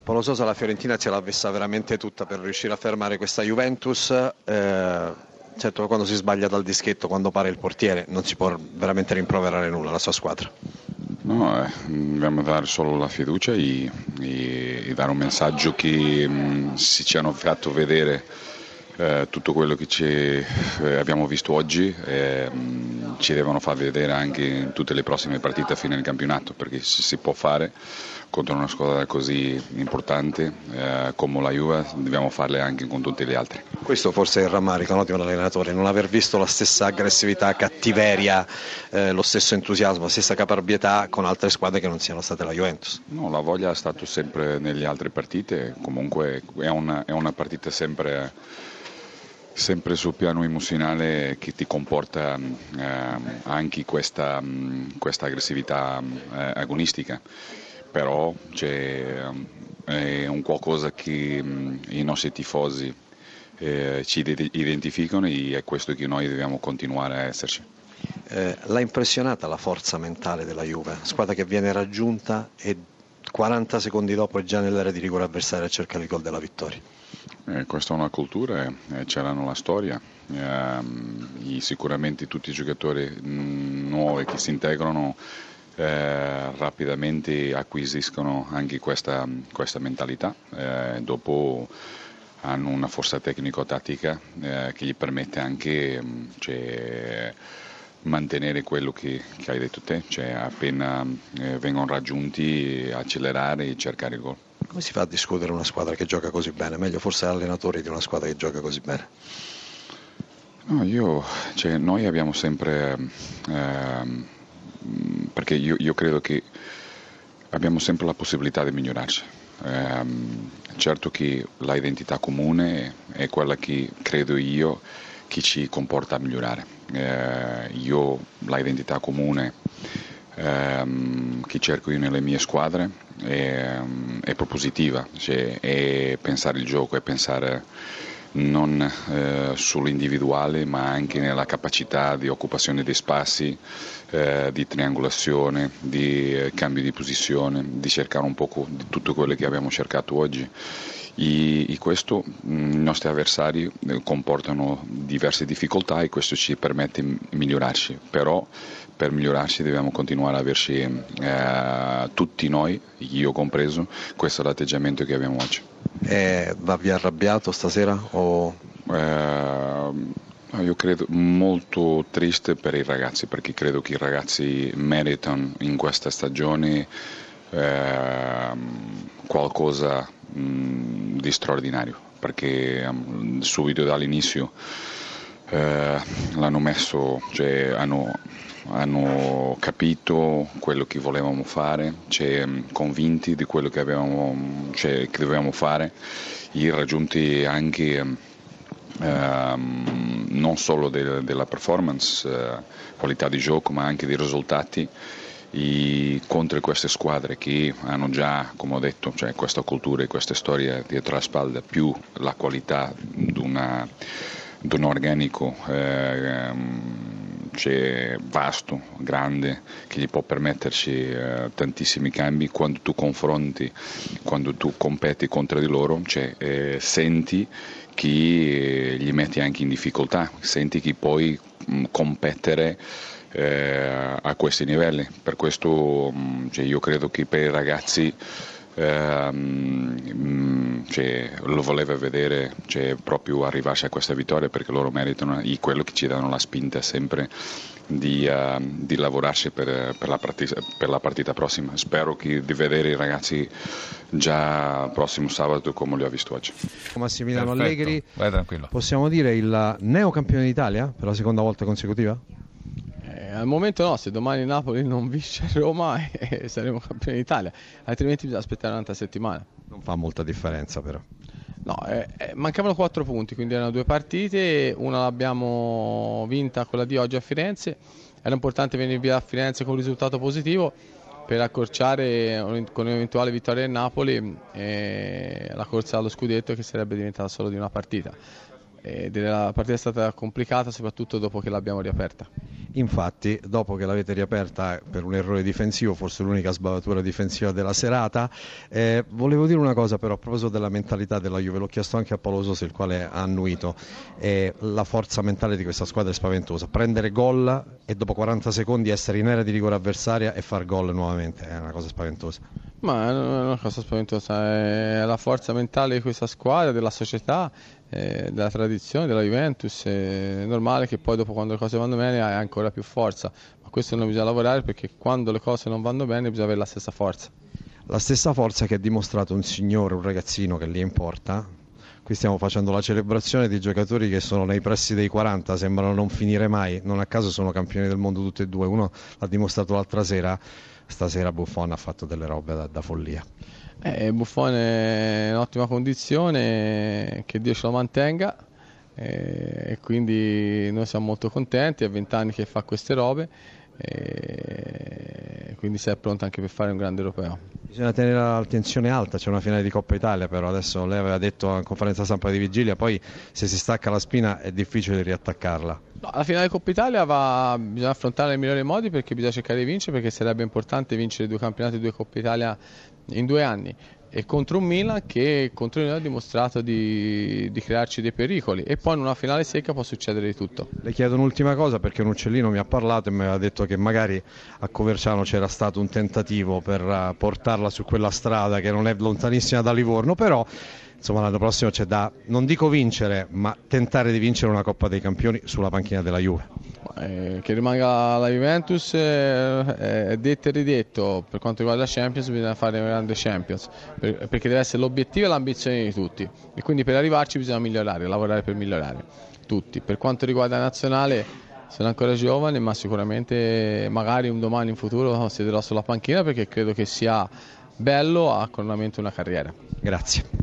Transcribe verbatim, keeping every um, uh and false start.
Paolo Sosa, la Fiorentina ce l'ha messa veramente tutta per riuscire a fermare questa Juventus. Eh, certo, quando si sbaglia dal dischetto, quando pare il portiere, non si può veramente rimproverare nulla alla sua squadra. No, eh, dobbiamo dare solo la fiducia e, e- e dare un messaggio che mh, si ci hanno fatto vedere eh, tutto quello che ci, eh, abbiamo visto oggi, eh, mh, ci devono far vedere anche in tutte le prossime partite a fine del campionato, perché si, si può fare contro una squadra così importante eh, come la Juve, dobbiamo farle anche con tutti gli altri. Questo forse è il rammarico, no, di un allenatore, non aver visto la stessa aggressività, cattiveria, eh, lo stesso entusiasmo, la stessa caparbietà con altre squadre che non siano state la Juventus. No, la voglia è stata sempre nelle altre partite, comunque è una, è una partita sempre, sempre sul piano emozionale che ti comporta eh, anche questa, questa aggressività eh, agonistica, però c'è, è un qualcosa che mh, i nostri tifosi eh, ci identificano e è questo che noi dobbiamo continuare a esserci. Eh, l'ha impressionata la forza mentale della Juve, squadra che viene raggiunta e quaranta secondi dopo è già nell'area di rigore avversaria a cercare il gol della vittoria. Eh, questa è una cultura, eh, c'erano la storia, eh, sicuramente tutti i giocatori mh, nuovi che si integrano eh, rapidamente acquisiscono anche questa, questa mentalità, eh, dopo hanno una forza tecnico-tattica eh, che gli permette anche mh, cioè, mantenere quello che, che hai detto te, cioè appena eh, vengono raggiunti accelerare e cercare il gol. Come si fa a discutere una squadra che gioca così bene? Meglio forse l'allenatore di una squadra che gioca così bene. No, io, cioè, noi abbiamo sempre, ehm, perché io, io credo che abbiamo sempre la possibilità di migliorarci. Ehm, certo che l'identità comune è quella che credo io che ci comporta a migliorare. Eh, io l'identità comune ehm, che cerco io nelle mie squadre è, è propositiva, cioè è pensare il gioco, è pensare non eh, sull'individuale ma anche nella capacità di occupazione dei spazi, eh, di triangolazione, di eh, cambio di posizione, di cercare un po' di tutto quello che abbiamo cercato oggi. E, e questo mh, i nostri avversari eh, comportano diverse difficoltà e questo ci permette di migliorarci, però per migliorarci dobbiamo continuare a averci eh, tutti noi, io compreso, questo è l'atteggiamento che abbiamo oggi. E va via arrabbiato stasera? O... Eh, io credo molto triste per i ragazzi, perché credo che i ragazzi meritano in questa stagione eh, qualcosa mh, di straordinario, perché um, subito dall'inizio eh, l'hanno messo, cioè hanno, hanno capito quello che volevamo fare, cioè, convinti di quello che, avevamo, cioè, che dovevamo fare, e raggiunti anche ehm, non solo de, della performance, eh, qualità di gioco, ma anche dei risultati. E contro queste squadre che hanno già, come ho detto, cioè questa cultura e questa storia dietro la spalla, più la qualità di una di un organico eh, cioè, vasto, grande, che gli può permetterci eh, tantissimi cambi. Quando tu confronti, quando tu competi contro di loro, cioè, eh, senti che eh, gli metti anche in difficoltà, senti che puoi mh, competere eh, a questi livelli. Per questo mh, cioè, io credo che per i ragazzi Ehm, cioè, lo voleva vedere, cioè, proprio arrivarci a questa vittoria, perché loro meritano e quello che ci danno la spinta sempre di, uh, di lavorarci per, per, la partita, per la partita prossima. Spero che, di vedere i ragazzi già prossimo sabato come li ho visto oggi. Massimiliano Perfetto. Allegri, Vai tranquillo. possiamo dire il neocampione d'Italia per la seconda volta consecutiva? Al momento no, se domani Napoli non vince Roma eh, saremo campioni d'Italia, altrimenti bisogna aspettare un'altra settimana. Non fa molta differenza però. No, eh, eh, mancavano quattro punti, quindi erano due partite, una l'abbiamo vinta, quella di oggi a Firenze, era importante venire via a Firenze con un risultato positivo per accorciare con un'eventuale vittoria del Napoli eh, la corsa allo scudetto, che sarebbe diventata solo di una partita. E la partita è stata complicata soprattutto dopo che l'abbiamo riaperta. Infatti, dopo che l'avete riaperta per un errore difensivo, forse l'unica sbavatura difensiva della serata, eh, volevo dire una cosa però a proposito della mentalità della Juve, l'ho chiesto anche a Paolo Sosa, il quale ha annuito, eh, la forza mentale di questa squadra è spaventosa, prendere gol e dopo quaranta secondi essere in area di rigore avversaria e far gol nuovamente è una cosa spaventosa. Ma è una cosa spaventosa, è la forza mentale di questa squadra, della società, eh, della tradizione, della Juventus. È normale che poi dopo, quando le cose vanno bene, hai ancora più forza, ma questo non bisogna lavorare, perché quando le cose non vanno bene bisogna avere la stessa forza. La stessa forza che ha dimostrato un signore, un ragazzino che lì in porta. Qui stiamo facendo la celebrazione di giocatori che sono nei pressi dei quaranta, sembrano non finire mai, non a caso sono campioni del mondo tutti e due, uno l'ha dimostrato l'altra sera, stasera Buffon ha fatto delle robe da, da follia. Eh, Buffon è in ottima condizione, che Dio ce lo mantenga, eh, e quindi noi siamo molto contenti, è vent'anni che fa queste robe, e quindi si è pronto anche per fare un grande europeo. Bisogna tenere la tensione alta, c'è una finale di Coppa Italia, però adesso lei aveva detto in conferenza stampa di vigilia, poi se si stacca la spina è difficile riattaccarla. No, la finale di Coppa Italia va, bisogna affrontarla nei migliori modi, perché bisogna cercare di vincere, perché sarebbe importante vincere due campionati e due Coppa Italia in due anni, e contro un Milan che contro di noi ha dimostrato di, di crearci dei pericoli, e poi in una finale secca può succedere di tutto. Le chiedo un'ultima cosa, perché un uccellino mi ha parlato e mi aveva detto che magari a Coverciano c'era stato un tentativo per portarla su quella strada che non è lontanissima da Livorno, però insomma l'anno prossimo c'è da, non dico vincere, ma tentare di vincere una Coppa dei Campioni sulla panchina della Juve. Eh, che rimanga la Juventus, eh, è detto e ridetto. Per quanto riguarda la Champions bisogna fare una grande Champions, per, perché deve essere l'obiettivo e l'ambizione di tutti, e quindi per arrivarci bisogna migliorare, lavorare per migliorare tutti. Per quanto riguarda la nazionale, sono ancora giovane, ma sicuramente magari un domani in futuro siederò sulla panchina, perché credo che sia bello a coronamento una carriera. Grazie.